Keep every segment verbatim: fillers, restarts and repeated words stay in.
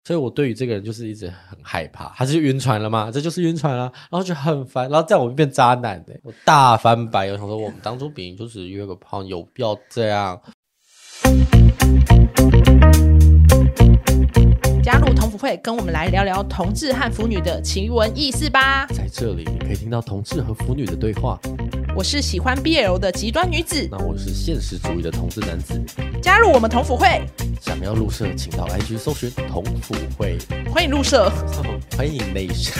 所以我对于这个人就是一直很害怕。他是晕船了吗？这就是晕船了，然后就很烦，然后这样我就变渣男的，我大翻白眼，我想说我们当初明明就只约个炮，有必要这样？ 加入同福会，跟我们来聊聊同志和腐女的奇闻异事吧。 在这里你可以听到同志和腐女的对话。 我是喜欢 B L 的极端女子， 那我是现实主义的同志男子。 加入我们同福会， 想要入社请到 I G 搜寻同福会， 欢迎入社， 欢迎内社。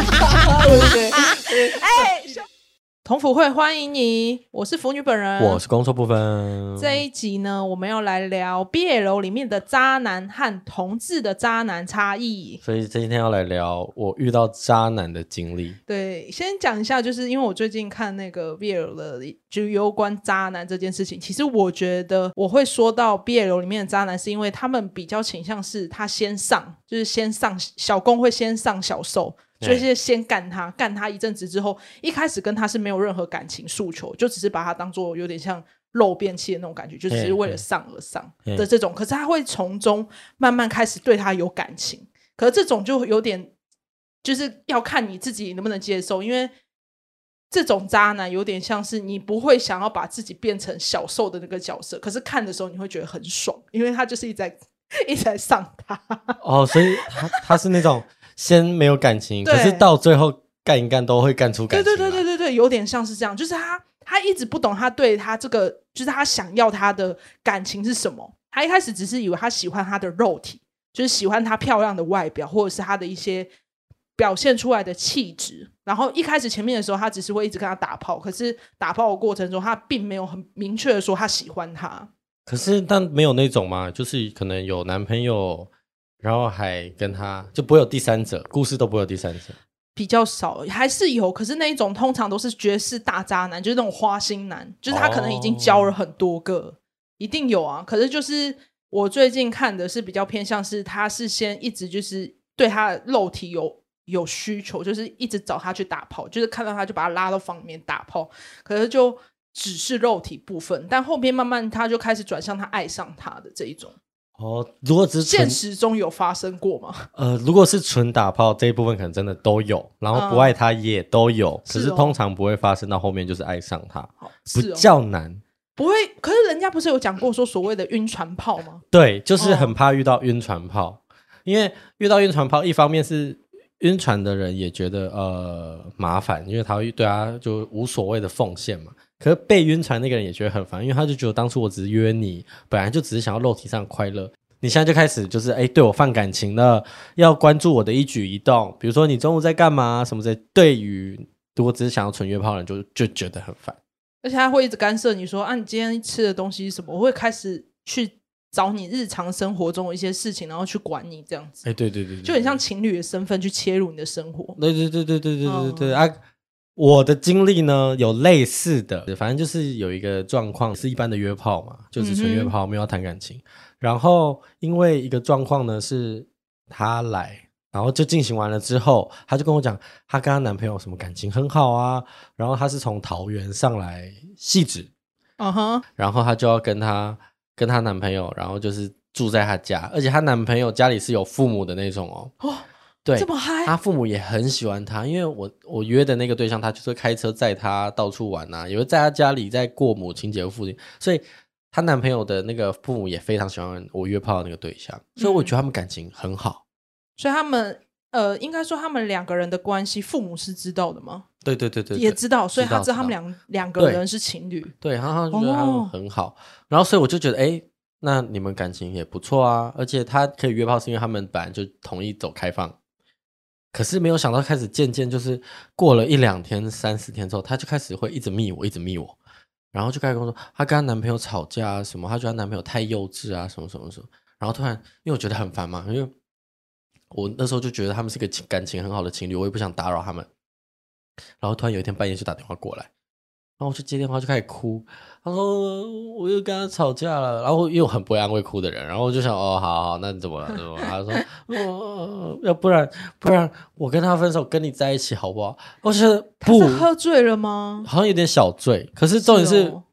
哎，同福会欢迎你，我是腐女本人， 我是工作部分。 这一集呢，我们要来聊 B L 里面的渣男和同志的渣男差异。 所以今天要来聊我遇到渣男的经历。 对，先讲一下，就是因为我最近看那个 B L 的，就有关渣男这件事情。其实我觉得我会说到 B L 里面的渣男，是因为他们比较倾向是他先上，就是先上小攻会先上小受。就是先干他，干他一阵子之后，一开始跟他是没有任何感情诉求，就只是把他当做有点像漏便器的那种感觉，就只是为了上而上的这种。可是他会从中慢慢开始对他有感情，可是这种就有点就是要看你自己能不能接受，因为这种渣男有点像是你不会想要把自己变成小受的那个角色，可是看的时候你会觉得很爽，因为他就是一直在一直在上他。哦， 所以他他是那种先没有感情，可是到最后干一干都会干出感情。 对对对对对对，有点像是这样，就是他他一直不懂他对他这个，就是他想要他的感情是什么。他一开始只是以为他喜欢他的肉体，就是喜欢他漂亮的外表，或者是他的一些表现出来的气质。然后一开始前面的时候，他只是会一直跟他打炮，可是打炮的过程中，他并没有很明确的说他喜欢他。 可是但没有那种嘛，就是可能有男朋友，然后还跟他就不会有第三者，故事都不会有第三者， 比较少，还是有，可是那一种通常都是绝世大渣男，就是那种花心男，就是他可能已经交了很多个、哦、一定有啊。可是就是我最近看的是比较偏向是他是先一直就是对他的肉体有有需求，就是一直找他去打炮，就是看到他就把他拉到房里面打炮，可是就只是肉体部分，但后面慢慢他就开始转向他爱上他的这一种。 哦，如果只是现实中有发生过吗？ 呃，如果是纯打炮这一部分可能真的都有，然后不爱他也都有、嗯、可是通常不会发生到后面就是爱上他、哦、比较难、哦、 不会。可是人家不是有讲过说所谓的晕船炮吗？ 对，就是很怕遇到晕船炮、哦、因为遇到晕船炮一方面是晕船的人也觉得呃麻烦，因为他会对他就无所谓的奉献嘛。可是被晕船那个人也觉得很烦，因为他就觉得当初我只是约你，本来就只是想要肉体上快乐，你现在就开始就是哎对我放感情了，要关注我的一举一动，比如说你中午在干嘛什么之类，对于如果只是想要纯约炮的人就就觉得很烦。 而且他会一直干涉你说啊你今天吃的东西是什么，我会开始去找你日常生活中的一些事情，然后去管你这样子。 哎，对对 对, 对, 对， 就很像情侣的身份去切入你的生活。 对对对对对对对对、嗯、啊！我的经历呢有类似的，反正就是有一个状况是一般的约炮嘛，就是纯约炮、嗯、没有要谈感情。然后因为一个状况呢是她来，然后就进行完了之后，她就跟我讲她跟她男朋友什么感情很好啊，然后她是从桃园上来汐止，嗯哼，然后她就要跟她跟她男朋友，然后就是住在她家，而且她男朋友家里是有父母的那种哦。哦，对， 这么嗨， 他父母也很喜欢他，因为我我约的那个对象，他就是开车载他到处玩啊，也会在他家里在过母亲节附近，所以她男朋友的那个父母也非常喜欢我约炮的那个对象，所以我觉得他们感情很好。 嗯、所以他们呃，应该说他们两个人的关系，父母是知道的吗？ 对对对 对, 对， 也知道，所以他知道他们两两个人是情侣。 对，然后他觉得他们很好，哦、然后所以我就觉得，哎，那你们感情也不错啊，而且他可以约炮是因为他们本来就同意走开放。可是没有想到开始渐渐就是过了一两天三四天之后，她就开始会一直密我一直密我，然后就开始跟我说她跟她男朋友吵架啊什么，她觉得她男朋友太幼稚啊什么什么什么，然后突然因为我觉得很烦嘛，因为我那时候就觉得他们是个感情很好的情侣，我也不想打扰他们，然后突然有一天半夜就打电话过来，然后我就接电话就开始哭，他说我又跟他吵架了，然后因为我很不会安慰哭的人，然后我就想哦好好那你怎么了怎么了，他说、哦、要不然不然我跟他分手跟你在一起好不好，我觉得不， 他是喝醉了吗？ 好像有点小醉，可是重点是, 是、哦、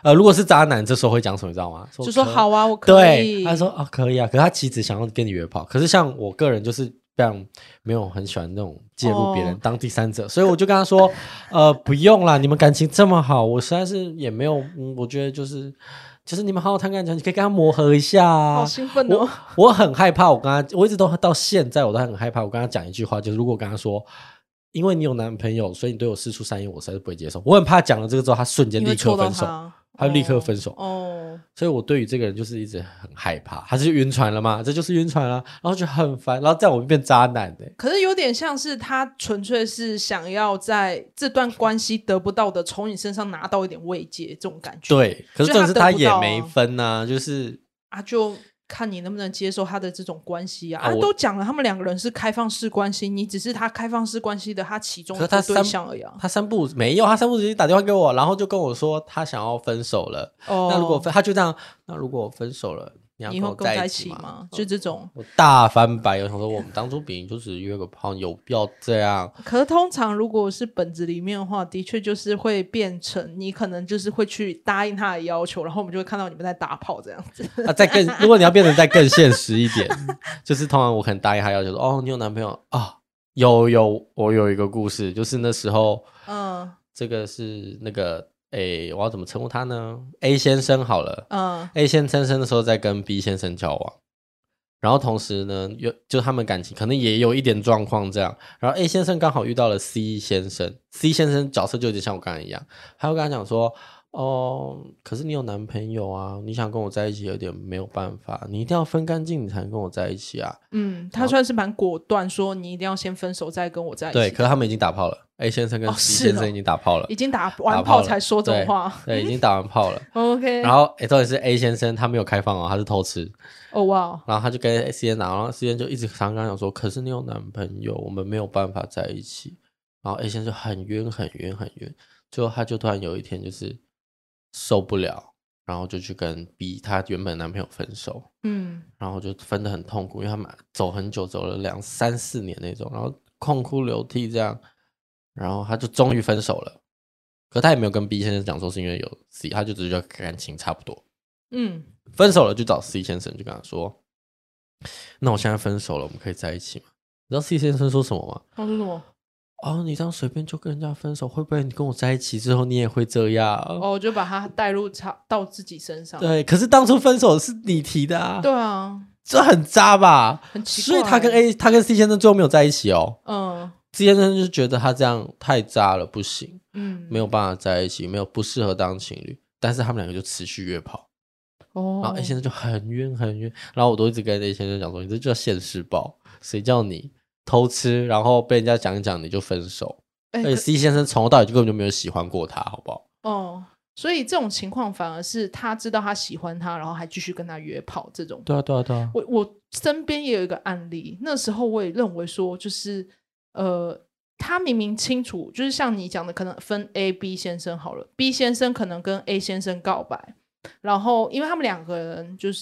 呃，如果是渣男，这时候会讲什么，你知道吗？ 就说好啊，我可以。 对，他说哦可以啊，可是他其实想要跟你约炮，可是像我个人就是非常没有很喜欢那种介入别人、 哦、 当第三者，所以我就跟他说，呃，不用啦，你们感情这么好，我实在是也没有，嗯，我觉得就是就是你们好好谈感情，你可以跟他磨合一下啊。 好兴奋哦！ 我我很害怕，我跟他，我一直都到现在我都很害怕，我跟他讲一句话，就是如果我跟他说。因为你有男朋友，所以你对我施出善意，我实在是不会接受。我很怕讲了这个之后，他瞬间立刻分手，他, 他立刻分手。 哦， 所以我对于这个人就是一直很害怕。他是晕船了吗？这就是晕船了，然后就很烦，然后这样我就变渣男的。 可是有点像是他纯粹是想要在这段关系得不到的，从你身上拿到一点慰藉，这种感觉。 对，可是这是他也没分啊， 就是啊就。看你能不能接受他的这种关系啊！啊，都讲了，他们两个人是开放式关系，你只是他开放式关系的他其中一个对象而已、啊。 他三不没有，他三不直接打电话给我，然后就跟我说他想要分手了。哦、那如果分，他就这样，那如果我分手了，你要跟我在一起吗？ 吗就这种， 我大翻白眼，我想说我们当初比你就只约个炮，有必要这样？ 可是通常如果是本子里面的话，的确就是会变成你可能就是会去答应他的要求，然后我们就会看到你们在打炮这样子。 啊，再更如果你要变成再更现实一点，就是通常我可能答应他要求说，哦，你有男朋友啊、哦？有有，我有一个故事，就是那时候，嗯，这个是那个。诶，我要怎么称呼他呢 ？A 先生好了，嗯 ，A 先生的时候在跟 B 先生交往，然后同时呢，有就他们感情可能也有一点状况这样，然后 A 先生刚好遇到了 C 先生 ，C 先生角色就有点像我刚才一样，他会跟他讲说，哦，可是你有男朋友啊，你想跟我在一起有点没有办法，你一定要分干净，你才能跟我在一起啊。 嗯，他算是蛮果断，说你一定要先分手再跟我在一起。 对，可是他们已经打炮了。A 先生跟 C 先生已经打炮了、哦哦、 已经打完炮才说这种话。 对, 对，已经打完炮了。 OK。 然后，哎，重点是 A 先生他没有开放哦，他是偷吃。 哦哇！ 然后他就跟 C 先生打，然后 C 先生就一直常常跟他讲说：“可是你有男朋友，我们没有办法在一起。”然后 A 先生就很冤很冤很冤，最后他就突然有一天就是受不了，然后就去跟 B 他原本男朋友分手。嗯。然后就分得很痛苦，因为他们走很久，走了两三四年那种，然后痛哭流涕这样。然后他就终于分手了，可他也没有跟 B 先生讲说是因为有 C， 他就只是觉得感情差不多。嗯，分手了就找 C 先生，就跟他说：“那我现在分手了，我们可以在一起吗？”你知道 C 先生说什么吗？ 他说什么？ 哦，你这样随便就跟人家分手，会不会你跟我在一起之后你也会这样？ 哦，就把他带入到自己身上。 对，可是当初分手是你提的啊。 对啊， 这很渣吧？ 很奇怪。 所以他跟 A， 他跟 C 先生最后没有在一起哦。嗯。C 先生就觉得他这样太渣了，不行，嗯，没有办法在一起，没有不适合当情侣。但是他们两个就持续约炮，哦，然后 A 先生就很冤很冤，然后我都一直跟 A 先生讲说，你这叫现世报，谁叫你偷吃，然后被人家讲一讲你就分手，欸、而且 C 先生从头到尾就根本就没有喜欢过他，好不好？ 哦，所以这种情况反而是他知道他喜欢他，然后还继续跟他约炮这种。 对啊对啊对啊， 我我身边也有一个案例，那时候我也认为说就是。呃，他明明清楚，就是像你讲的，可能分 A、B 先生好了 ，B 先生可能跟 A 先生告白，然后因为他们两个人就是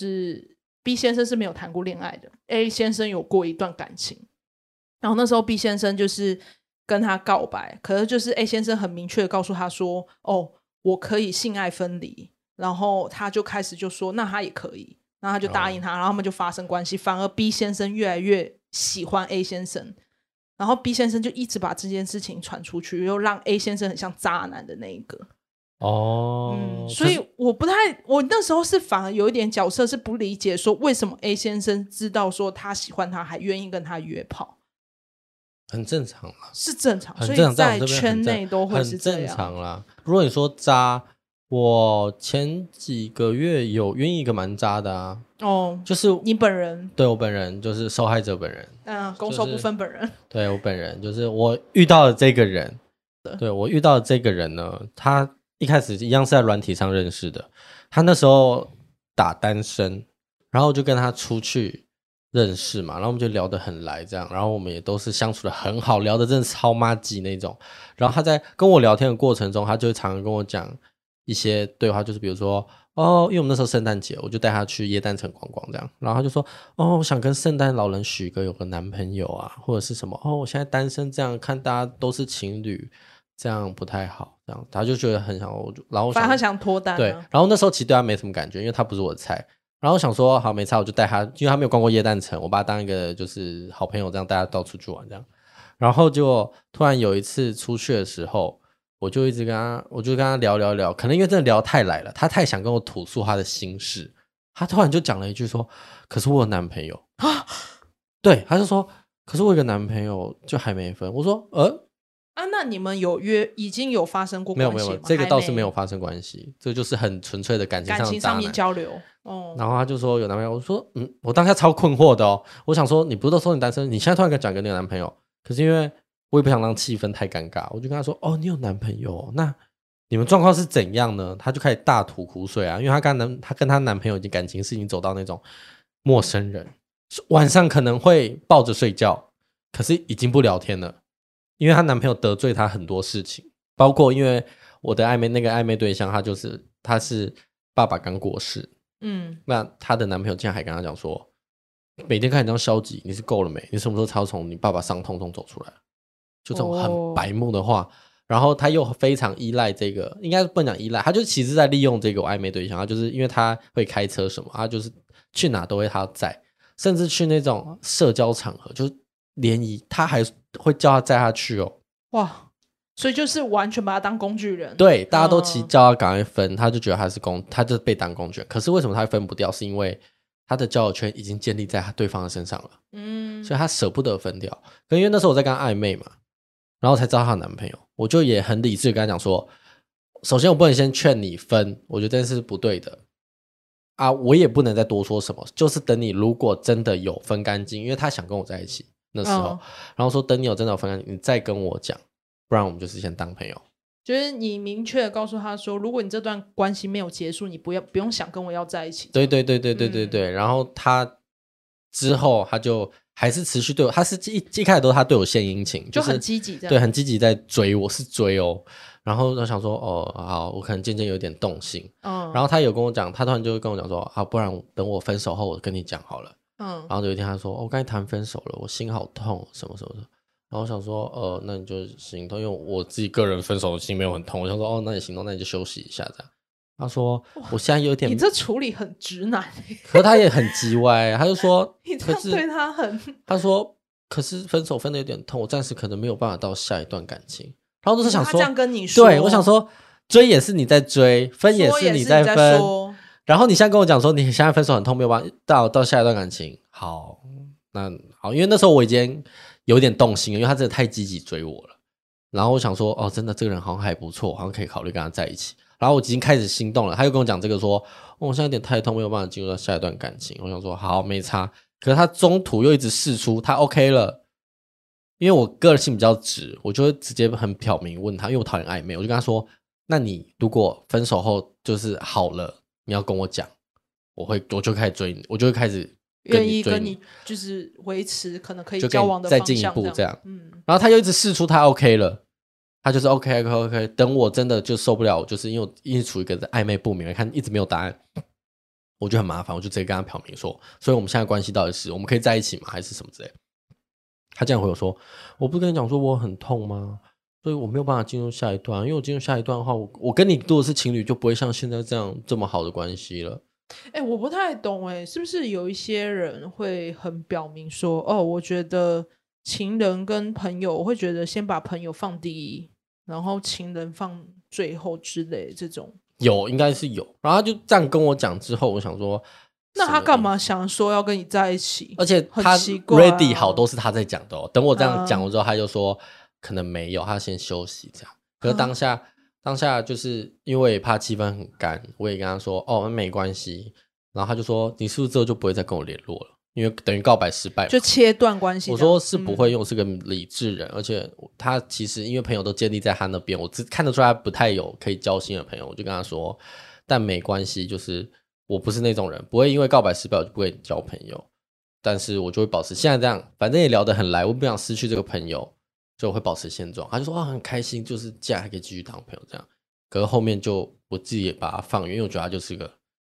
B 先生是没有谈过恋爱的 ，A 先生有过一段感情，然后那时候 B 先生就是跟他告白，可是就是 A 先生很明确的告诉他说，哦，我可以性爱分离，然后他就开始就说，那他也可以，然后他就答应他，然后他们就发生关系，反而 B 先生越来越喜欢 A 先生。然后 B 先生就一直把这件事情传出去，又让 A 先生很像渣男的那一个。哦，嗯，所以我不太，我那时候是反而有一点角色是不理解，说为什么 A 先生知道说他喜欢他，还愿意跟他约炮， 很正常啦， 是正常， 很正常， 所以在圈内都会是这样， 很正常啦。如果你说渣，我前几个月有约一个蛮渣的啊。哦，就是你本人， 对我本人就是受害者本人， 嗯，攻受不分本人， 就是、对我本人就是我遇到的这个人，对我遇到的这个人呢，他一开始一样是在软体上认识的，他那时候打单身，然后就跟他出去认识嘛，然后我们就聊得很来这样，然后我们也都是相处得很好，聊得真的超麻吉那种，然后他在跟我聊天的过程中，他就会常常跟我讲一些对话，就是比如说哦，因为我们那时候圣诞节，我就带他去耶诞城逛逛这样，然后他就说哦，我想跟圣诞老人许个有个男朋友啊，或者是什么哦，我现在单身这样，看大家都是情侣， 这样不太好，这样他就觉得很想，然后我想反正他想脱单、啊。 对，然后那时候其实对他没什么感觉，因为他不是我的菜。然后我想说好没差，我就带他，因为他没有逛过耶诞城，我把他当一个就是好朋友，这样带他到处去玩这样。然后就突然有一次出去的时候，我就一直跟他，我就跟他聊聊聊，可能因为真的聊太来了，他太想跟我吐诉他的心事，他突然就讲了一句说：“可是我有男朋友。”对，他就说：“可是我有个男朋友，就还没分。”我说：“呃。” 啊，那你们有约，已经有发生过关系吗？ 没有没有，这个倒是没有发生关系，这就是很纯粹的感情上的感情上面交流。哦， 然后他就说有男朋友，我说嗯，我当下超困惑的哦，我想说你不是都说你单身，你现在突然跟讲跟你有男朋友，可是因为我也不想让气氛太尴尬，我就跟他说哦，你有男朋友，那你们状况是怎样呢？他就开始大吐苦水啊，因为他跟男他跟他男朋友已经感情是已经走到那种陌生人，晚上可能会抱着睡觉，可是已经不聊天了。因为她男朋友得罪她很多事情，包括因为我的暧昧那个暧昧对象，他就是他是爸爸刚过世，嗯，那她的男朋友竟然还跟她讲说，每天看你这样消极，你是够了没？你什么时候才要从你爸爸伤痛中走出来？就这种很白目的话，哦、然后他又非常依赖这个，应该不能讲依赖，他就其实在利用这个暧昧对象，他就是因为他会开车什么，他就是去哪都会他在，甚至去那种社交场合，就是联谊，他还会叫他载他去哦。 哇，所以就是完全把他当工具人。 对，大家都其实叫他赶快分，嗯、他就觉得他是工，他就被当工具人。可是为什么他分不掉？是因为他的交友圈已经建立在他对方的身上了，嗯，所以他舍不得分掉。可因为那时候我在跟他暧昧嘛，然后才知道她的男朋友，我就也很理智的跟他讲说，首先我不能先劝你分，我觉得这件事是不对的啊，我也不能再多说什么，就是等你如果真的有分干净，因为他想跟我在一起那时候，哦、然后说等你有真的有分干净，你再跟我讲，不然我们就是先当朋友。 就是你明确的告诉他说，如果你这段关系没有结束，你不要不用想跟我要在一起。 对对对对对对对，嗯、然后他之后他就还是持续对我，他是一一开始都是他对我献殷勤， 就很积极， 就是，对，很积极在追我，是追哦。然后我想说，哦，好，我可能渐渐有点动心。嗯，然后他有跟我讲，他突然就跟我讲说，好，不然等我分手后，我跟你讲好了。嗯，然后有一天他说，我、哦、刚才谈分手了，我心好痛，什么什么的。然后我想说，呃，那你就心痛，因为我自己个人分手的心没有很痛。我想说，哦，那你心痛，那你就休息一下这样。他说，我现在有点， 你这处理很直男， 可是他也很叽歪，他就说， 你这样对他很， 他说，可是分手分的有点痛，我暂时可能没有办法到下一段感情。然后我就是想说，他这样跟你说， 对，我想说，追也是你在追，分也是你在分， 在然后你现在跟我讲说，你现在分手很痛，没有办法到到下一段感情。好，那好，因为那时候我已经有点动心了，因为他真的太积极追我了。然后我想说，哦，真的这个人好像还不错，好像可以考虑跟他在一起。然后我已经开始心动了，他又跟我讲这个说，哦，我现在有点太痛，没有办法进入到下一段感情。我想说，好，没差。可是他中途又一直释出他 OK 了，因为我个性比较直，我就会直接很挑明问他，因为我讨厌暧昧，我就跟他说，那你如果分手后就是好了，你要跟我讲，我会我就开始追你，我就会开始愿意跟你就是维持可能可以交往的方向，再进一步这样。嗯，然后他又一直释出他 OK 了。他就是 OK OK OK， 等我真的就受不了，就是因为我一直处于一个暧昧不明，看一直没有答案，我就很麻烦，我就直接跟他表明说，所以我们现在关系到底是我们可以在一起吗，还是什么之类的。他这样回我说，我不是跟你讲说我很痛吗？所以我没有办法进入下一段，因为我进入下一段的话，我我跟你如果是情侣，就不会像现在这样这么好的关系了。 哎、欸，我不太懂哎、欸，是不是有一些人会很表明说，哦，我觉得情人跟朋友，我会觉得先把朋友放第一，然后情人放最后之类的这种。 有，应该是有。然后他就这样跟我讲之后，我想说， 那他干嘛想说要跟你在一起？ 而且他 ready 好都是他在讲的哦。等我这样讲了之后，他就说可能没有，他先休息这样。可是当下。当下就是因为怕气氛很干，我也跟他说哦没关系，然后他就说你是不是之后就不会再跟我联络了，因为等于告白失败嘛， 就切断关系。 我说是不会，因为我是个理智人、嗯、而且他其实因为朋友都建立在他那边，我只看得出来他不太有可以交心的朋友，我就跟他说但没关系，就是我不是那种人，不会因为告白失败我就不会交朋友，但是我就会保持现在这样，反正也聊得很来，我不想失去这个朋友，所以我会保持现状。他就说、哦、很开心，就是这样还可以继续当朋友这样。可是后面就我自己也把他放远，因为我觉得他就是个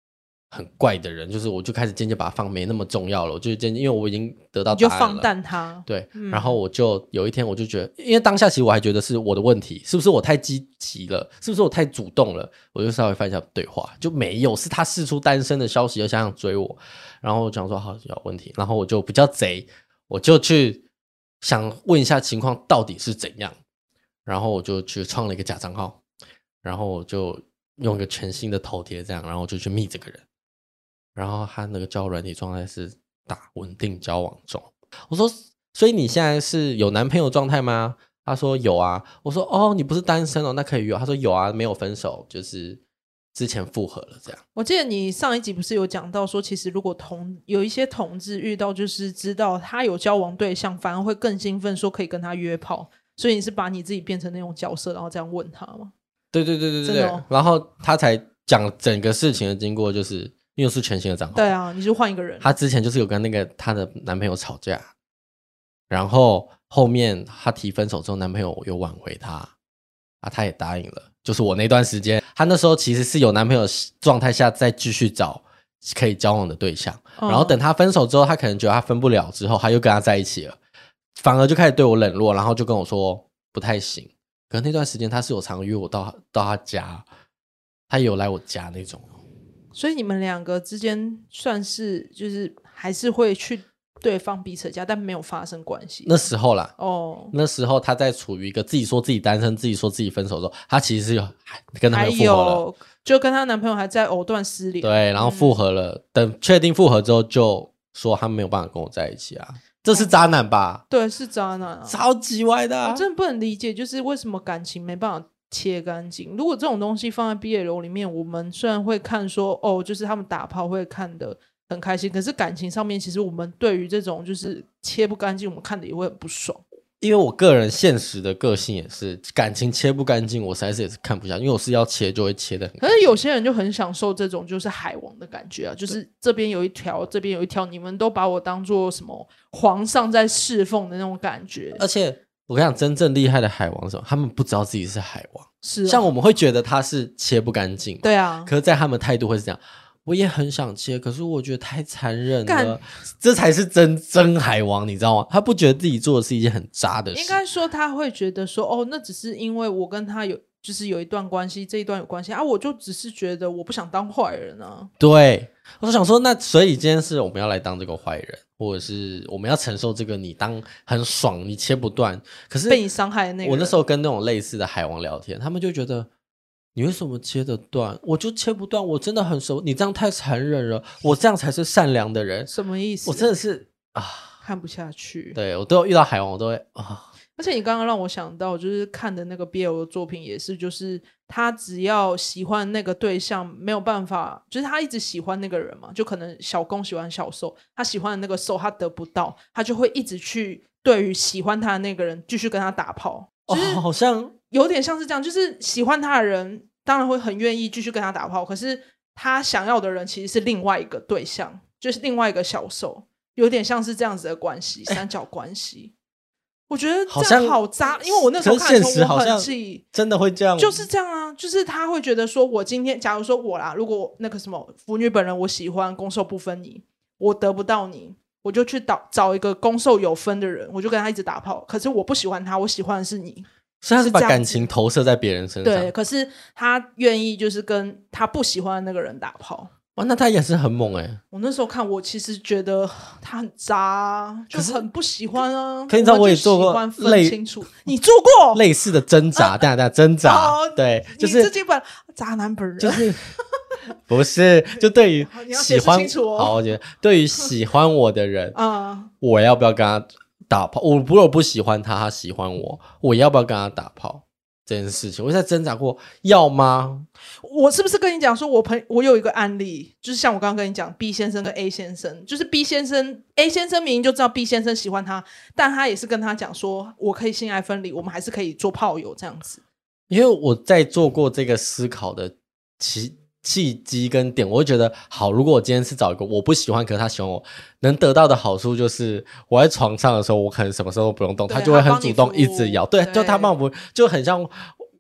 很怪的人，就是我就开始渐渐把它放没那么重要了，我就渐渐因为我已经得到你就答案了， 放淡它。 对、嗯、然后我就有一天我就觉得，因为当下其实我还觉得是我的问题，是不是我太积极了，是不是我太主动了，我就稍微翻一下对话，就没有，是他释出单身的消息又想想追我，然后我讲说好有问题，然后我就比较贼，我就去想问一下情况到底是怎样，然后我就去创了一个假账号，然后我就用一个全新的头贴这样，然后我就去密这个人，然后他那个交友软体状态是打稳定交往中。我说所以你现在是有男朋友状态吗？他说有啊。我说哦你不是单身哦，那可以约。他说有啊，没有分手，就是之前复合了这样。 我记得你上一集不是有讲到说，其实如果同有一些同志遇到就是知道他有交往对象，反而会更兴奋说可以跟他约炮，所以你是把你自己变成那种角色然后这样问他吗？ 对对对对对对、哦、然后他才讲整个事情的经过，就是因为是全新的账号。 对啊，你就换一个人。 他之前就是有跟那个他的男朋友吵架，然后后面他提分手之后男朋友有挽回他啊，他也答应了。就是我那段时间他那时候其实是有男朋友状态下再继续找可以交往的对象、嗯、然后等他分手之后他可能觉得他分不了之后他又跟他在一起了，反而就开始对我冷落，然后就跟我说不太行。可是那段时间他是有常约我到到他家，他也有来我家那种。 所以你们两个之间算是就是还是会去对方彼此家，但没有发生关系。 那时候啦， 哦， 那时候他在处于一个自己说自己单身自己说自己分手的时候，他其实是有跟他们复合了， 就跟他男朋友还在藕断丝连。 对，然后复合了、嗯、等确定复合之后就说他没有办法跟我在一起啊。这是渣男吧、 哦、对，是渣男、啊、 超级歪的、啊、 我真的不能理解，就是为什么感情没办法切干净。如果这种东西放在 B L 里面，我们虽然会看说哦，就是他们打炮会看得很开心，可是感情上面其实我们对于这种就是切不干净，我们看的也会很不爽。 因为我个人现实的个性也是感情切不干净我实在是也是看不下，因为我是要切就会切得很干净。 可是有些人就很享受这种就是海王的感觉啊，就是这边有一条这边有一条，你们都把我当做什么皇上在侍奉的那种感觉。 而且我跟你讲真正厉害的海王是什么，他们不知道自己是海王。 是、啊、 像我们会觉得他是切不干净， 对啊， 可是在他们态度会是这样，我也很想切，可是我觉得太残忍了，这才是真真海王，你知道吗？他不觉得自己做的是一件很渣的事， 应该说他会觉得说哦，那只是因为我跟他有就是有一段关系，这一段有关系啊，我就只是觉得我不想当坏人啊。 对，我想说那所以今天是我们要来当这个坏人，或者是我们要承受这个你当很爽你切不断，可是被你伤害的那个人。 我那时候跟那种类似的海王聊天，他们就觉得你为什么切得断？我就切不断，我真的很熟，你这样太残忍了，我这样才是善良的人。 什么意思？ 我真的是啊， 看不下去。 对，我都有遇到海王我都会啊。 而且你刚刚让我想到就是看的那个 B L 的作品也是，就是他只要喜欢那个对象没有办法，就是他一直喜欢那个人嘛，就可能小攻喜欢小受，他喜欢的那个受他得不到，他就会一直去对于喜欢他的那个人继续跟他打炮。就是哦，好像有点像是这样，就是喜欢他的人当然会很愿意继续跟他打炮，可是他想要的人其实是另外一个对象，就是另外一个小受，有点像是这样子的关系，三角关系。我觉得这样好渣，因为我那时候看的时候我很气， 真的会这样， 就是这样啊，就是他会觉得说我今天假如说我啦，如果那个什么腐女本人我喜欢攻受不分你，我得不到你，我就去找找一个攻受有分的人，我就跟他一直打炮，可是我不喜欢他，我喜欢的是你。 所以他是把感情投射在别人身上， 对，可是他愿意就是跟他不喜欢的那个人打炮。 哇，那他也是很猛欸。 我那时候看我其实觉得他很渣，就很不喜欢啊。 可是你知道我也做过分清楚，你做过类似的挣扎，等一下等一下挣扎、哦、对，就是你自己本渣男本人就是不是就对于喜欢哦、 好，我觉得对于喜欢我的人啊， 我要不要跟他打炮？我如果不喜欢他，他喜欢我，我要不要跟他打炮？这件事情我在挣扎过，要吗？ 我是不是跟你讲说我朋我有一个案例，就是像我刚刚跟你讲 B 先生跟 A 先生，就是 B 先生 A 先生明明就知道 B 先生喜欢他，但他也是跟他讲说我可以性爱分离，我们还是可以做炮友这样子。 因为我在做过这个思考的契契机跟点，我会觉得好，如果我今天是找一个我不喜欢可是他喜欢我，能得到的好处就是我在床上的时候我可能什么时候都不用动，他就会很主动一直摇，对，就他帮我，就很像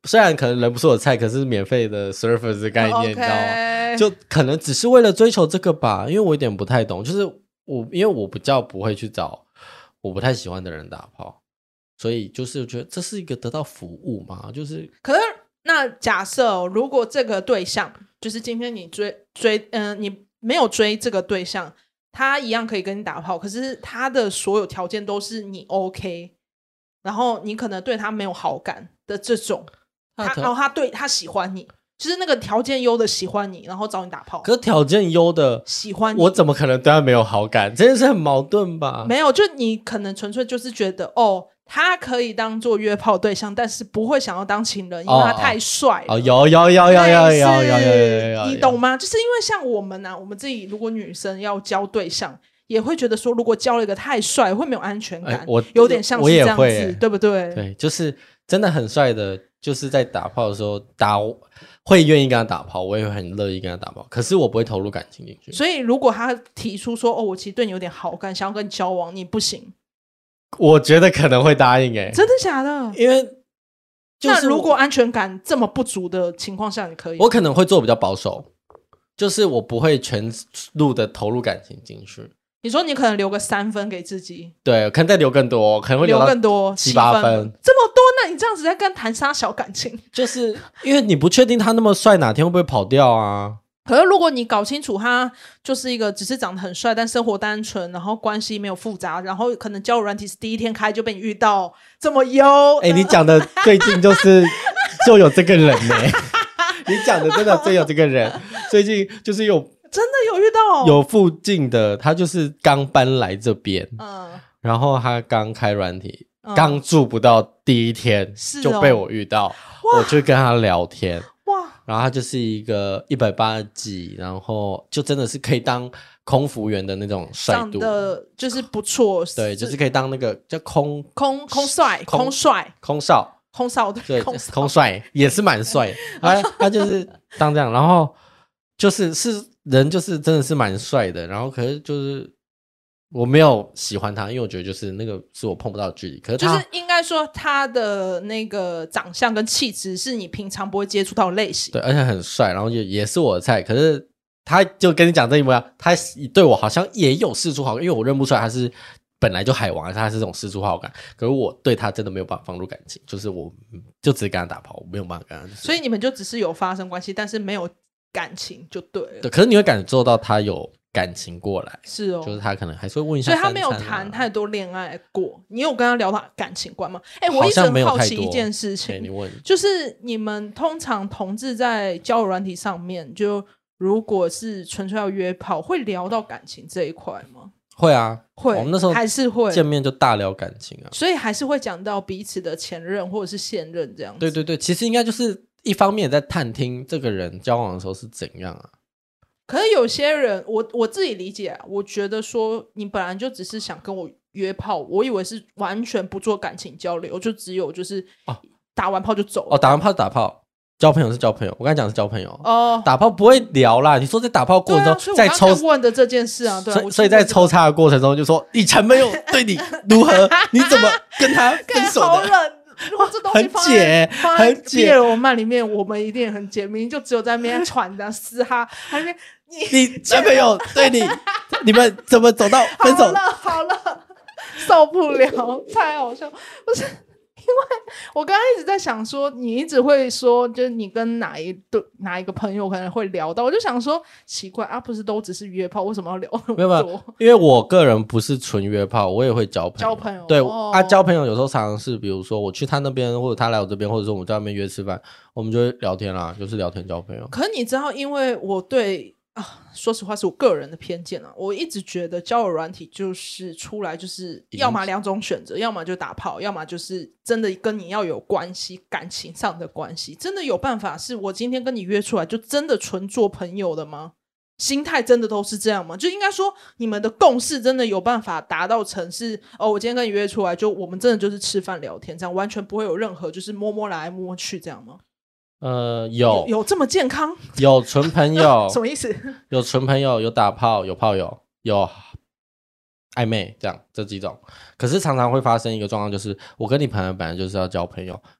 虽然可能人不是我的菜，可是免费的 surfer 的概念、 okay. 你知道吗？就可能只是为了追求这个吧，因为我有点不太懂，就是我因为我比较不会去找我不太喜欢的人打炮，所以就是觉得这是一个得到服务嘛，就是可是那假设、哦、如果这个对象就是今天你追追嗯、呃，你没有追这个对象，他一样可以跟你打炮，可是他的所有条件都是你 OK， 然后你可能对他没有好感的这种，他然后他对他喜欢你，就是那个条件优的喜欢你，然后找你打炮。 可是条件优的喜欢你， 我怎么可能对他没有好感？这件事很矛盾吧？ 没有，就你可能纯粹就是觉得哦，他可以当做约炮对象，但是不会想要当情人，因为他太帅了。 哦，有有有有有有有有有， 你懂吗？就是因为像我们啊，我们自己如果女生要交对象，也会觉得说，如果交了一个太帅，会没有安全感。我有点像是这样子，对不对？ 对，就是真的很帅的，就是在打炮的时候打。会愿意跟他打炮，我也很乐意跟他打炮，可是我不会投入感情进去。 所以如果他提出说哦，我其实对你有点好感，想要跟你交往，你不行， 我觉得可能会答应耶、欸、 真的假的？ 因为就是那如果安全感这么不足的情况下，你可以？ 我可能会做比较保守，就是我不会全路的投入感情进去。 你说你可能留个三分给自己， 对，可能再留更多，可能会留更多七八分， 这么多，那你这样子在跟谈啥小感情？ 就是因为你不确定他那么帅哪天会不会跑掉啊。 可是如果你搞清楚他就是一个只是长得很帅，但生活单纯，然后关系没有复杂，然后可能交友软体是第一天开就被你遇到这么优， 哎、欸，你讲的最近就是就有这个人呢、欸，你讲的真的最有这个人，最近就是有。 真的有遇到、哦、 有附近的，他就是刚搬来这边、嗯，然后他刚开软体，刚、嗯、住不到第一天、哦、就被我遇到，我就跟他聊天，哇，然后他就是一个一百八十几，然后就真的是可以当空服员的那种帅度， 长得就是不错， 对，就是可以当那个叫空空空帅空帅空少空少对空帅也是蛮帅他他就是当这样，然后就是是人就是真的是蛮帅的，然后可是就是我没有喜欢他，因为我觉得就是那个是我碰不到的距离，可是他就是应该说他的那个长相跟气质是你平常不会接触到的类型， 对，而且很帅，然后也也是我的菜，可是他就跟你讲这一模一样，他对我好像也有释出好感，因为我认不出来他是本来就海王，他是这种释出好感，可是我对他真的没有办法放入感情，就是我就只是跟他打炮，我没有办法跟他、就是、 所以你们就只是有发生关系，但是没有感情就对了。 对，可是你会感受到他有感情过来， 是哦， 就是他可能还是会问一下、啊， 所以他没有谈太多恋爱过。你有跟他聊他感情观吗？哎、欸，我一直很好奇一件事情， 欸、你问就是你们通常同志在交友软体上面，就如果是纯粹要约炮，会聊到感情这一块吗？ 会啊， 会， 我们那时候还是会见面就大聊感情啊， 所以还是会讲到彼此的前任或者是现任这样子。 对对对，其实应该就是一方面也在探听这个人交往的时候是怎样啊。 可是有些人，我我自己理解、啊，我觉得说你本来就只是想跟我约炮，我以为是完全不做感情交流，就只有就是打完炮就走了。 哦，打完炮打炮。交朋友是交朋友，我刚才讲的是交朋友哦， 打炮不会聊啦。你说在打炮过程中， 啊、 在抽问的这件事啊，对啊， 所以所以在抽插的过程中就说你前朋友对你如何，你怎么跟他分手的？ 好冷，如果这东西放在很解，很解。 B L 漫里面，我们一定很解，明明就只有在那边传的嘶哈，还没你你前朋友对你，你们怎么走到分手？ 好了好了，受不了，太好笑，不是。因为我刚刚一直在想说，你一直会说，就是你跟哪一对哪一个朋友可能会聊到，我就想说，奇怪啊，不是都只是约炮，为什么要聊那么多？ 没有没有，因为我个人不是纯约炮，我也会交朋友。 交朋友对、 哦、 啊，交朋友有时候常常是，比如说我去他那边，或者他来我这边，或者说我们在外面约吃饭，我们就会聊天啦，就是聊天交朋友。 可是你知道，因为我对。啊，说实话是我个人的偏见啊，我一直觉得交友软体就是出来就是要么两种选择，要么就打炮，要么就是真的跟你要有关系，感情上的关系。真的有办法是我今天跟你约出来就真的纯做朋友的吗？心态真的都是这样吗？就应该说你们的共识真的有办法达到成是哦，我今天跟你约出来就我们真的就是吃饭聊天，这样完全不会有任何就是摸摸来摸去这样吗？ 呃，有有, 有这么健康？ 有纯朋友什么意思？ 有纯朋友，有打炮，有炮友，有暧昧，这样这几种。可是常常会发生一个状况，就是我跟你朋友本来就是要交朋友，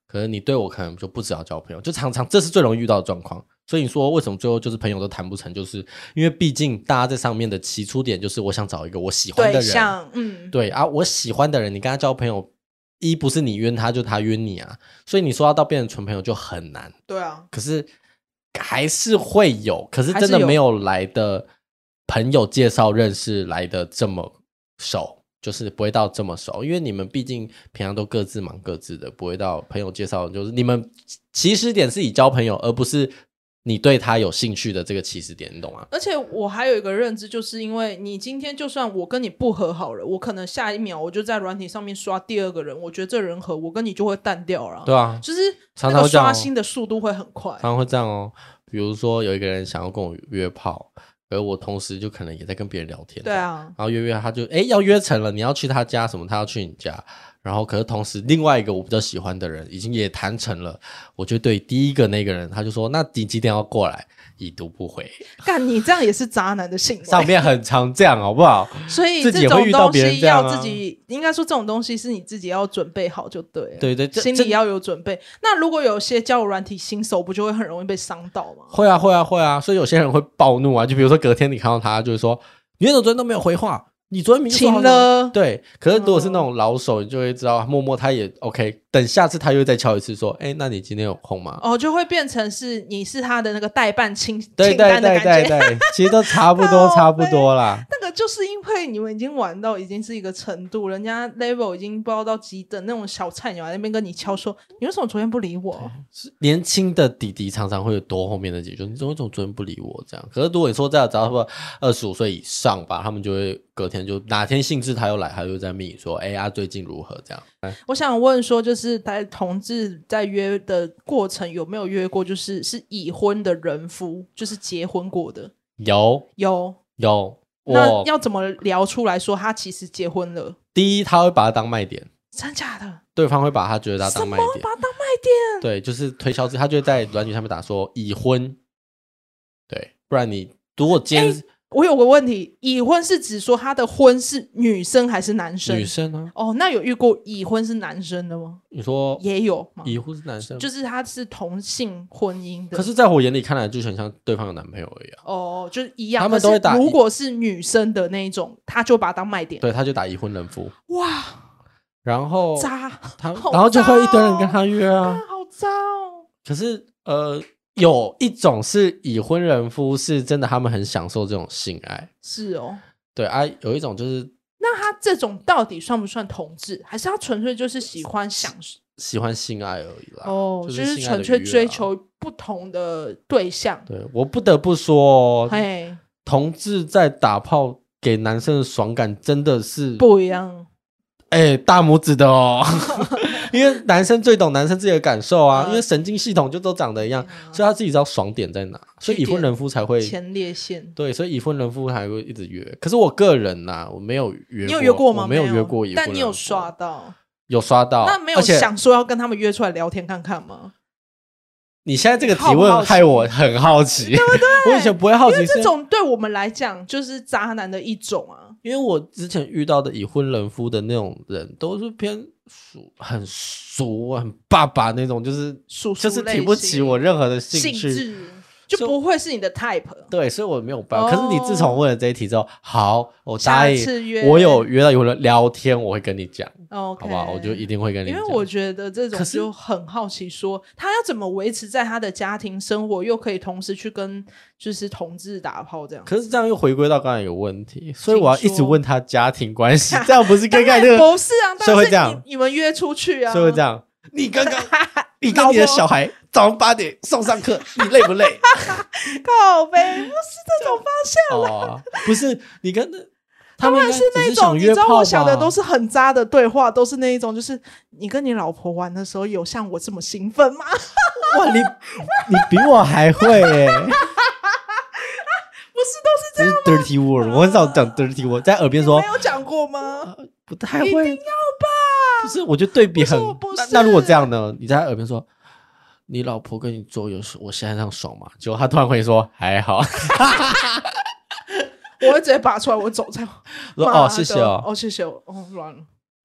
可是你对我可能就不只要交朋友，就常常这是最容易遇到的状况。所以你说为什么最后就是朋友都谈不成，就是因为毕竟大家在上面的起初点就是我想找一个我喜欢的人， 对象，嗯， 对啊，我喜欢的人，你跟他交朋友，一不是你约他，就他约你啊，所以你说要到变成纯朋友就很难。 对啊， 可是还是会有，可是真的没有来的朋友介绍认识来的这么熟，就是不会到这么熟，因为你们毕竟平常都各自忙各自的，不会到朋友介绍，就是你们起始点是以交朋友，而不是你对他有兴趣的这个起始点，你懂吗？ 而且我还有一个认知，就是因为你今天就算我跟你不合好了，我可能下一秒我就在软体上面刷第二个人，我觉得这人合，我跟你就会淡掉了。 对啊， 就是常那个常会这样哦刷新的速度会很快， 常常会这样哦。比如说有一个人想要跟我约炮，而我同时就可能也在跟别人聊天， 对啊， 然后约约他就哎要约成了，你要去他家什么，他要去你家，然后可是同时另外一个我比较喜欢的人已经也谈成了，我就对第一个那个人他就说那你几点要过来，已读不回。 干你这样也是渣男的行为， 上面很常这样好不好？ 所以自己也会遇到别人这样啊， 这种东西要自己应该说这种东西是你自己要准备好就对了， 对对， 心里要有准备。那如果有些交友软体新手不就会很容易被伤到吗？ 会啊会啊会啊，所以有些人会暴怒啊，就比如说隔天你看到他就会说你为什么昨天都没有回话，你昨天明晴了， 对，可是如果是那种老手，你就会知道，默默他也 OK。等下次他又再敲一次，说：“哎，那你今天有空吗？” 哦，就会变成是你是他的那个代办清对清单的感觉， 对对对对，其实都差不多差不多啦。 那个就是因为你们已经玩到已经是一个程度，人家 level 已经不知道到几等，那种小菜鸟在那边跟你敲说：“你为什么昨天不理我？” 年轻的弟弟常常会有多后面的解决，你怎么昨天不理我这样？可是如果你说这样，只要说二十五岁以上吧，他们就会隔天就哪天兴致他又来，他又在密你说：“哎呀，最近如何？”这样。 我想问说，就是在同志在约的过程有没有约过，就是是已婚的人夫，就是结婚过的？ 有有有。 那要怎么聊出来说他其实结婚了？ 第一，他会把它当卖点， 真假的？ 对方会把他觉得他当卖点， 什么把他当卖点？ 对，就是推销自，他就会在软体上面打说已婚，对，不然你如果今天、欸我有个问题，已婚是指说他的婚是女生还是男生？ 女生啊。 哦，那有遇过已婚是男生的吗？ 你说也有吗？ 已婚是男生， 就是他是同性婚姻的。 可是在我眼里看来就很像对方有男朋友而已啊。 哦，就是一样。 他们都会打， 如果是女生的那一种，他就把它当卖点。 对，他就打已婚人夫。 哇， 然后渣， 他然后就会一堆人跟他约啊， 啊好渣哦。 可是呃。有一种是已婚人夫，是真的他们很享受这种性爱， 是哦， 对啊，有一种就是那他这种到底算不算同志，还是他纯粹就是喜欢享喜欢性爱而已啦？ 哦， 就、 是纯粹追求不同的对象。 对，我不得不说， 嘿， 同志在打炮给男生的爽感真的是不一样， 哎、欸，大拇指的哦。因为男生最懂男生自己的感受啊，呃、因为神经系统就都长得一样，嗯、所以他自己知道爽点在哪，所以已婚人夫才会前列腺。 对，所以已婚人夫还会一直约。可是我个人呐、啊，我没有约过， 你有约过吗？ 我没有约过已婚人夫， 但你有刷到， 有刷到。 那没有想说要跟他们约出来聊天看看吗？ 你现在这个提问害我很好奇，对不对？我以前不会好奇， 因为这种对我们来讲就是渣男的一种啊。 因为我之前遇到的已婚人夫的那种人，都是偏熟、很熟、很爸爸那种，就是叔叔就是提不起我任何的兴趣， 性就不会是你的 type。 对，所以我没有办法。哦、可是你自从问了这一题之后，好，我答应， 下次约我有约到有人聊天，我会跟你讲， okay, 好不好？我就一定会跟你讲。 因为我觉得这种就很好奇说，说他要怎么维持在他的家庭生活，又可以同时去跟就是同志打炮这样。 可是这样又回归到刚才有问题，所以我要一直问他家庭关系，这样不是跟刚才那个不是啊？ 所以会这样， 你们约出去啊？ 所以会这样。你刚刚你跟你的小孩早上八点送上课，你累不累？ 靠北，不是这种方向啦、 哦、不是你跟他们是那种，你知道我想的都是很渣的对话，都是那一种，就是你跟你老婆玩的时候有像我这么兴奋吗？ 哇，你你比我还会耶、欸！ 不是都是这样吗？ 这是 dirty word， 我很少讲 dirty word， 在耳边说。 没有讲过吗、呃？ 不太会， 一定要吧？ 不是，我觉得对比很。 不是那, 那如果这样呢？你在他耳边说，你老婆跟你做有我现在这样爽吗？结果他突然会说还好。 我会直接拔出来，我走在。 说哦，谢谢哦， 哦，谢谢哦，哦，软了。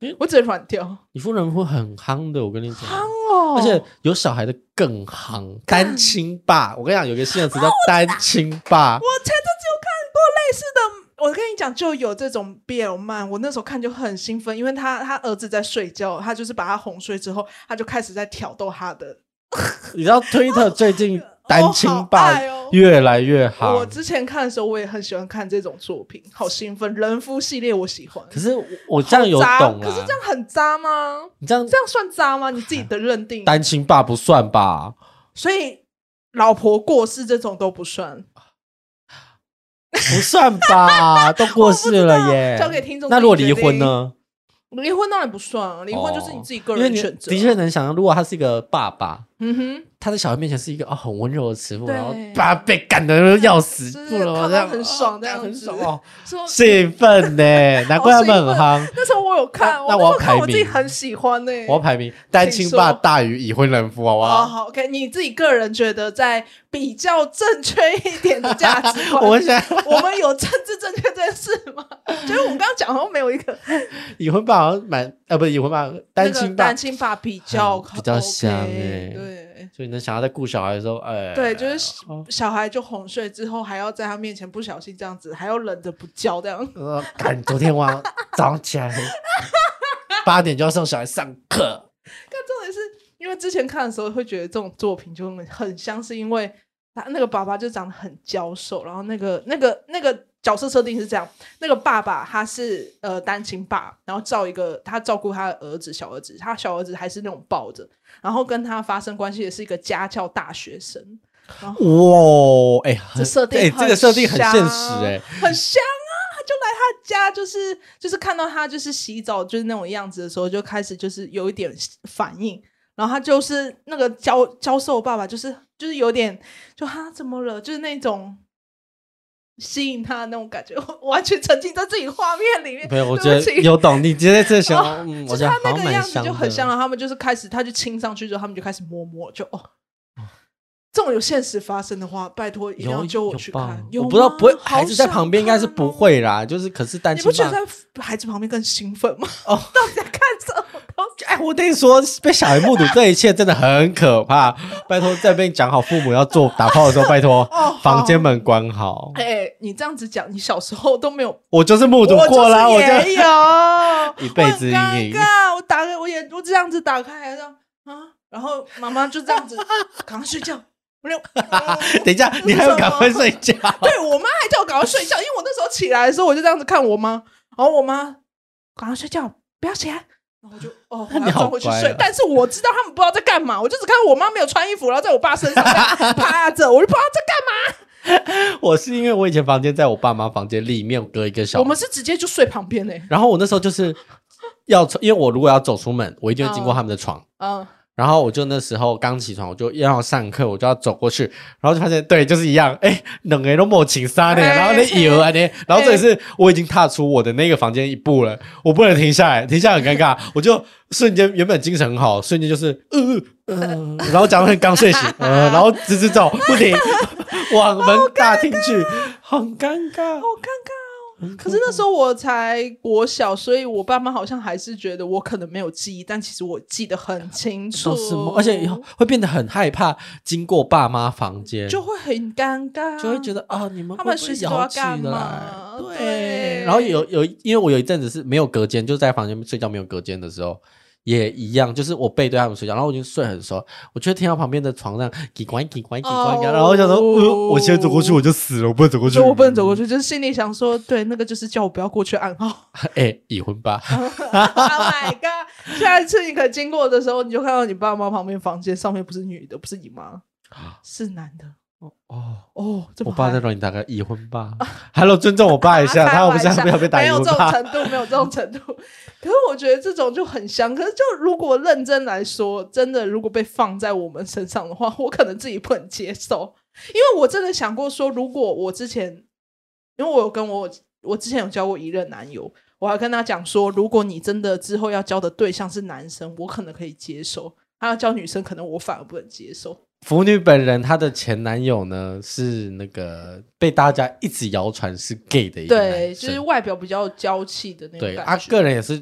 我直接软掉。 已婚人夫很夯的，我跟你讲， 夯哦， 而且有小孩的更夯，单亲爸。我跟你讲，有个新的词叫单亲爸。 我前阵子有看过类似的，我跟你讲，就有这种 B L 漫，我那时候看就很兴奋，因为他他儿子在睡觉，他就是把他哄睡之后，他就开始在挑逗他的。 你知道 Twitter 最近单亲爸越来越好、 哦、我之前看的时候我也很喜欢看这种作品，好兴奋，人夫系列我喜欢。 可是我这样有懂啦， 可是这样很渣吗？ 你这样这样算渣吗？你自己的认定。 单亲爸不算吧， 所以老婆过世这种都不算。 不算吧都过世了耶。 交给听众。 那如果离婚呢？ 离婚当然不算啊，离婚就是你自己个人选择、 哦、的确能想象，如果他是一个爸爸， 嗯哼， 他在小孩面前是一个、哦、很温柔的慈父，然后爸被干的要死不了， 这样很爽，这样很爽哦，兴奋呢，难怪他们很夯。 那时候我有看， 那我要排名， 我自己很喜欢呢。 我要排名，单亲爸大于已婚人夫，好不好？ 好 ，OK， 你自己个人觉得在比较正确一点的价值观， 我想我们有政治正确这件事吗？就是我们刚刚讲好像没有一个已婚爸好像蛮呃不是已婚爸单亲爸、 那个、单亲爸比较、 嗯、比较像哎、欸， 对， 所以你能想到在顾小孩的时候，哎， 对，就是小孩就哄睡之后，还要在他面前不小心这样子，还要忍着不叫这样。 呃，看昨天晚上早上起来八点就要送小孩上课。 但重点是因为之前看的时候会觉得这种作品就很像是因为他那个爸爸就长得很娇瘦，然后那个那个那个角色设定是这样，那个爸爸他是呃单亲爸，然后照一个他照顾他的儿子小儿子，他小儿子还是那种抱着，然后跟他发生关系的是一个家教大学生。 哇，哎、欸， 这设定、 欸、这个设定很现实哎、欸， 很香啊！他就来他家，就是就是看到他就是洗澡就是那种样子的时候，就开始就是有一点反应。然后他就是那个娇娇瘦爸爸，就是就是有点就他怎么了，就是那种吸引他的那种感觉，我完全沉浸在自己画面里面。 没有，我觉得有懂你直接这想、哦嗯， 就是他那个样子就很像了。他们就是开始，他就亲上去之后，他们就开始摸摸，就哦。这种有现实发生的话，拜托一定要揪我去看。有我不知道不会，孩子在旁边应该是不会啦。就是可是单亲爸， 你不觉得在孩子旁边更兴奋吗？哦，到底在看什么东西？ 哎，我跟你说，被小孩目睹这一切真的很可怕。拜托，在被讲好父母要做打炮的时候，拜托、哦、房间门关好。 哎、欸，你这样子讲，你小时候都没有， 我就是目睹过啦， 我也有一辈子阴影。 我打开，我也我这样子打开，这样啊，然后妈妈就这样子，赶快睡觉。 等一下，你还要赶快睡觉？ 对，我妈还叫我赶快睡觉，因为我那时候起来的时候，我就这样子看我妈，然后我妈赶快睡觉，不要起来，然后我就哦，我要转回去睡。但是我知道他们不知道在干嘛，我就只看到我妈没有穿衣服，然后在我爸身上趴着，我就不知道在干嘛。 我是因为我以前房间在我爸妈房间里面隔一个小， 我们是直接就睡旁边嘞、欸。 然后我那时候就是要，因为我如果要走出门，我一定会经过他们的床，嗯。嗯然后我就那时候刚起床，我就要上课，我就要走过去，然后就发现对，就是一样，哎，两个人都没情杀的，然后那油啊那，然后这里是我已经踏出我的那个房间一步了，我不能停下来，停下来很尴尬，我就瞬间原本精神很好，瞬间就是呃呃，然后讲得很刚睡醒，呃，然后直直走不停往门大厅去，很尴尬， 好尴尬。可是那时候我才国小，所以我爸妈好像还是觉得我可能没有记忆，但其实我记得很清楚， 而且会变得很害怕经过爸妈房间， 就会很尴尬， 就会觉得啊、哦，你们他们随时都要干嘛？ 对， 对然后有有，因为我有一阵子是没有隔间，就在房间睡觉没有隔间的时候。也一样，就是我背对他们睡觉，然后我已经睡很熟，我就听到旁边的床上叽呱叽呱叽呱，然后我想说，呃，我先走过去我就死了，我不能走过去， 我不能走过去，就是心里想说，对，那个就是叫我不要过去暗号。 哎、欸，已婚吧 ？Oh my god！ 下一次你可经过的时候，你就看到你爸妈旁边房间上面不是女的，不是你妈，是男的。 哦哦， 我爸在让你大概已婚吧？Hello， 尊重我爸一下，他不是不要被打已婚吧？ 没有这种程度，没有这种程度。可是我觉得这种就很香。可是就如果认真来说，真的如果被放在我们身上的话，我可能自己不能接受，因为我真的想过说，如果我之前，因为我有跟我我之前有交过一任男友，我还跟他讲说，如果你真的之后要交的对象是男生，我可能可以接受；他要交女生，可能我反而不能接受。 腐女本人她的前男友呢是那个被大家一直谣传是 gay 的一个男生， 对，就是外表比较娇气的那种感觉。 对，他个人也是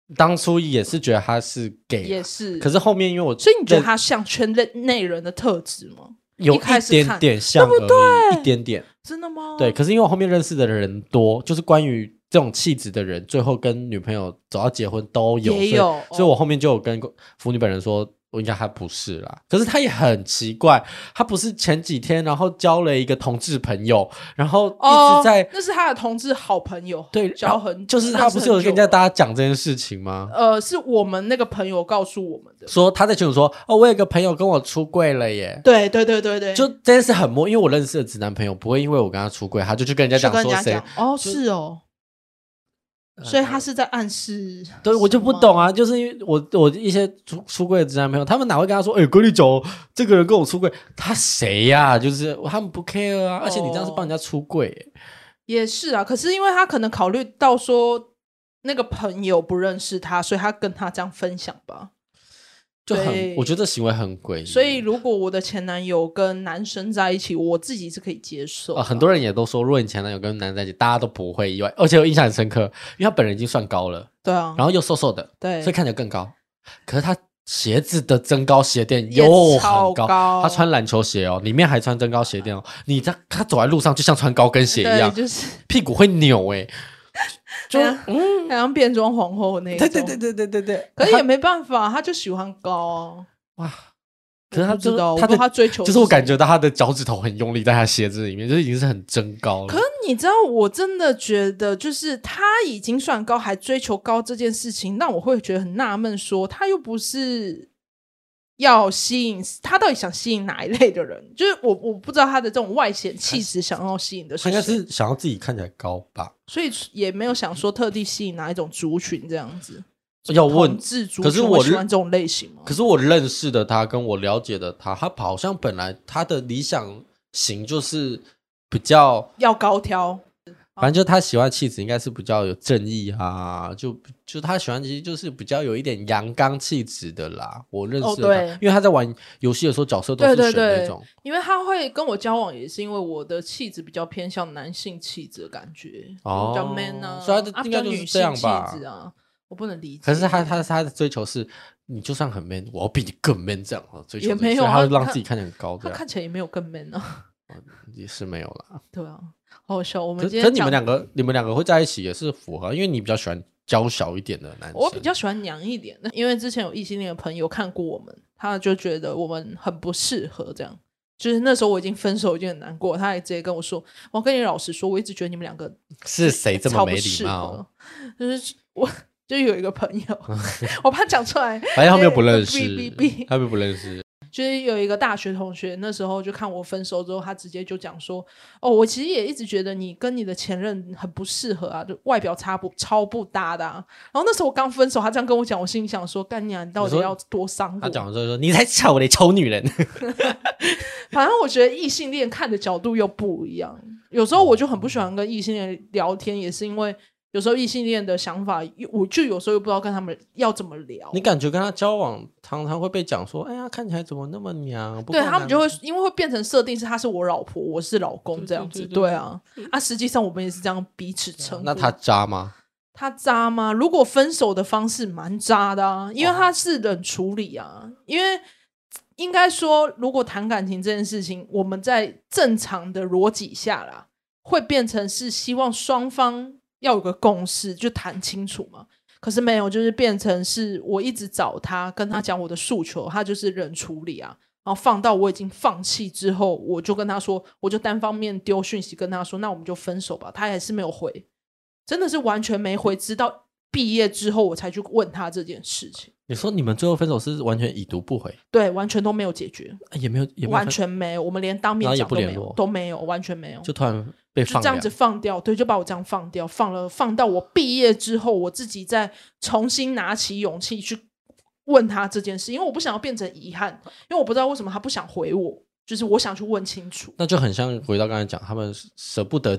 当初也是觉得他是 gay， 也是， 可是后面因为我， 所以你觉得他像圈内人的特质吗？ 有一点点像而已，对不对？一点点， 真的吗？ 对，可是因为我后面认识的人多，就是关于这种气质的人，最后跟女朋友走到结婚都有， 也有， 所以，所以我后面就有跟腐女本人说。我应该还不是啦，可是他也很奇怪，他不是前几天然后交了一个同志朋友，然后一直在、 哦、那是他的同志好朋友， 对， 交很就是他不是有跟人家大家讲这件事情吗？ 呃，是我们那个朋友告诉我们的， 说他在群组说，哦，我有个朋友跟我出柜了耶。 对对对对对， 就这件事很摸，因为我认识的直男朋友不会因为我跟他出柜，他就去跟人家讲说谁哦，是哦。所以他是在暗示， 对，我就不懂啊，就是因为我我一些出出柜的直男朋友，他们哪会跟他说，哎、欸，跟你讲，这个人跟我出柜，他谁呀、啊？就是他们不 care 啊，哦、而且你这样是帮人家出柜， 也是啊。可是因为他可能考虑到说那个朋友不认识他，所以他跟他这样分享吧。 就很，我觉得这行为很诡异。 所以如果我的前男友跟男生在一起，我自己是可以接受、 呃。很多人也都说，如果你前男友跟男生在一起，大家都不会意外。而且我印象很深刻，因为他本人已经算高了， 对啊， 然后又瘦瘦的， 对， 所以看起来更高。可是他鞋子的增高鞋垫又很高， 高他穿篮球鞋哦，里面还穿增高鞋垫哦。你在他走在路上就像穿高跟鞋一样， 就是屁股会扭哎、欸。就嗯，好像变装皇后那种， 对对对对对对对。 可是也没办法，他就喜欢高啊。哇， 可是他知道， 他的他追求， 就是我感觉到他的脚趾头很用力在他鞋子里面，就已经是很增高了。 可是你知道，我真的觉得，就是他已经算高，还追求高这件事情，让我会觉得很纳闷，说他又不是要吸引，他到底想吸引哪一类的人？就是我我不知道他的这种外显气质想要吸引的是谁， 他应该是想要自己看起来高吧， 所以也没有想说特地吸引哪一种族群这样子。 要问， 可是我喜欢这种类型吗？ 可是我认识的他，跟我了解的他，他好像本来他的理想型就是比较要高挑。 反正就他喜欢气质应该是比较有正义啊，就就他喜欢其实就是比较有一点阳刚气质的啦。我认识的他、哦、 对， 因为他在玩游戏的时候角色都是选那种， 对对对，因为他会跟我交往也是因为我的气质比较偏向男性气质的感觉，哦、比较 man 啊， 所以他应该就是这样吧。 啊，我不能理解。 可是他他他的追求是，你就算很 man，我要比你更 man 这样啊，追求也没有， 他会让自己看起来很高， 他看起来也没有更 man 啊， 也是没有啦。 对啊。好笑，我们今天可是你们两个，你们两个会在一起也是符合，因为你比较喜欢娇小一点的男生， 我比较喜欢娘一点的。因为之前有异性恋的朋友看过我们，他就觉得我们很不适合这样。就是那时候我已经分手，已经很难过，他还直接跟我说：“我跟你老实说，我一直觉得你们两个是谁这么没礼貌？” 就是我就有一个朋友，我怕讲出来， 反正他们又不认识，他们不认识。 就是有一个大学同学，那时候就看我分手之后，他直接就讲说：“哦，我其实也一直觉得你跟你的前任很不适合啊，就外表差不超不搭的啊。”然后那时候我刚分手，他这样跟我讲，我心里想说：“干你啊，你到底要多伤我？” 他讲的时候说：“你才丑嘞，丑女人。” 反正我觉得异性恋看的角度又不一样，有时候我就很不喜欢跟异性恋聊天，也是因为。有时候异性恋的想法，我就有时候又不知道跟他们要怎么聊。 你感觉跟他交往，常常会被讲说：“哎呀，看起来怎么那么娘？” 对他们就会因为会变成设定是他是我老婆，我是老公这样子。对, 对, 对, 对, 对啊，啊，实际上我们也是这样彼此称呼。 那他渣吗？ 他渣吗？如果分手的方式蛮渣的啊，因为他是冷处理啊。哦、因为应该说，如果谈感情这件事情，我们在正常的逻辑下啦，会变成是希望双方。要有个共识，就谈清楚嘛。可是没有，就是变成是我一直找他，跟他讲我的诉求，他就是冷处理啊。然后放到我已经放弃之后，我就跟他说，我就单方面丢讯息跟他说，那我们就分手吧。他还是没有回，真的是完全没回。直到毕业之后，我才去问他这件事情。 你说你们最后分手是完全已读不回？ 对，完全都没有解决， 也没有，也没有完全没有。我们连当面讲都没有，都没有，完全没有， 就突然。被放就这样子放掉，对，就把我这样放掉，放了放到我毕业之后，我自己再重新拿起勇气去问他这件事，因为我不想要变成遗憾，因为我不知道为什么他不想回我，就是我想去问清楚。 那就很像回到刚才讲，他们舍不得讲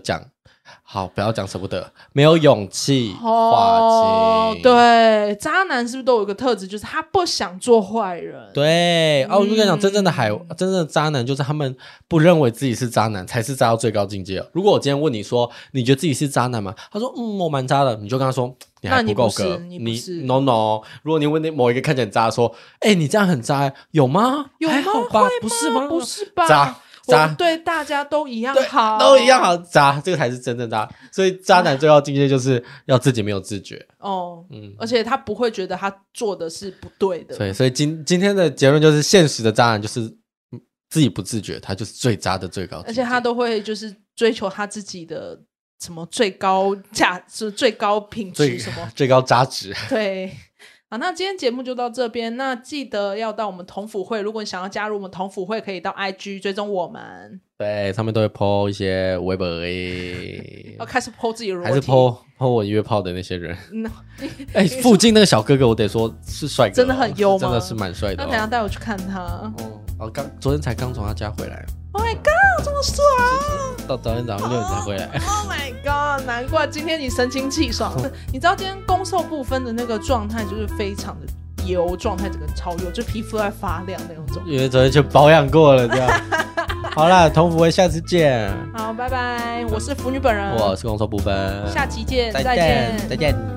好，不要讲舍不得，没有勇气哦划清。 对，渣男是不是都有一个特质，就是他不想做坏人？ 对，哦，我就跟你讲，真正的海，真正的渣男就是他们不认为自己是渣男，才是渣到最高境界。如果我今天问你说，你觉得自己是渣男吗？他说，嗯，我蛮渣的，你就跟他说，你还不够格， 你不是你 no no。如果你问某一个看起来很渣的说，哎，你这样很渣，有吗？ 有吗？ 还好吧？不是吗？ 不是吧？ 渣。渣对大家都一样好， 都一样好，渣，这个才是真正渣。所以渣男最高境界就是要自己没有自觉哦，嗯，而且他不会觉得他做的是不对的。 对，所以今今天的结论就是，现实的渣男就是自己不自觉，他就是最渣的最高境界， 而且他都会就是追求他自己的什么最高价值、最高品质什么最高渣值。 对。好，那今天节目就到这边。那记得要到我们同府会，如果你想要加入我们同府会，可以到 I G 追踪我们。 对，上面都会 po 一些微博诶， 要开始 po 自己的裸体， 还是 po po 我约炮的那些人。哎、欸，附近那个小哥哥，我得说是帅哥、哦， 真的很优吗？ 真的是蛮帅的、哦。 那等一下带我去看他。 哦，哦，刚昨天才刚从他家回来。 Oh my god， 这么爽！ 到昨天早上六点才回来。 Oh my god， 难怪今天你神清气爽。你知道今天攻受不分的那个状态就是非常的油，状态整个超油，就皮肤在发亮那种。 因为昨天就保养过了，这样。好啦，同福会下次见。 好，拜拜。我是腐女本人， 我是攻受不分， 下期见， 再见，再见。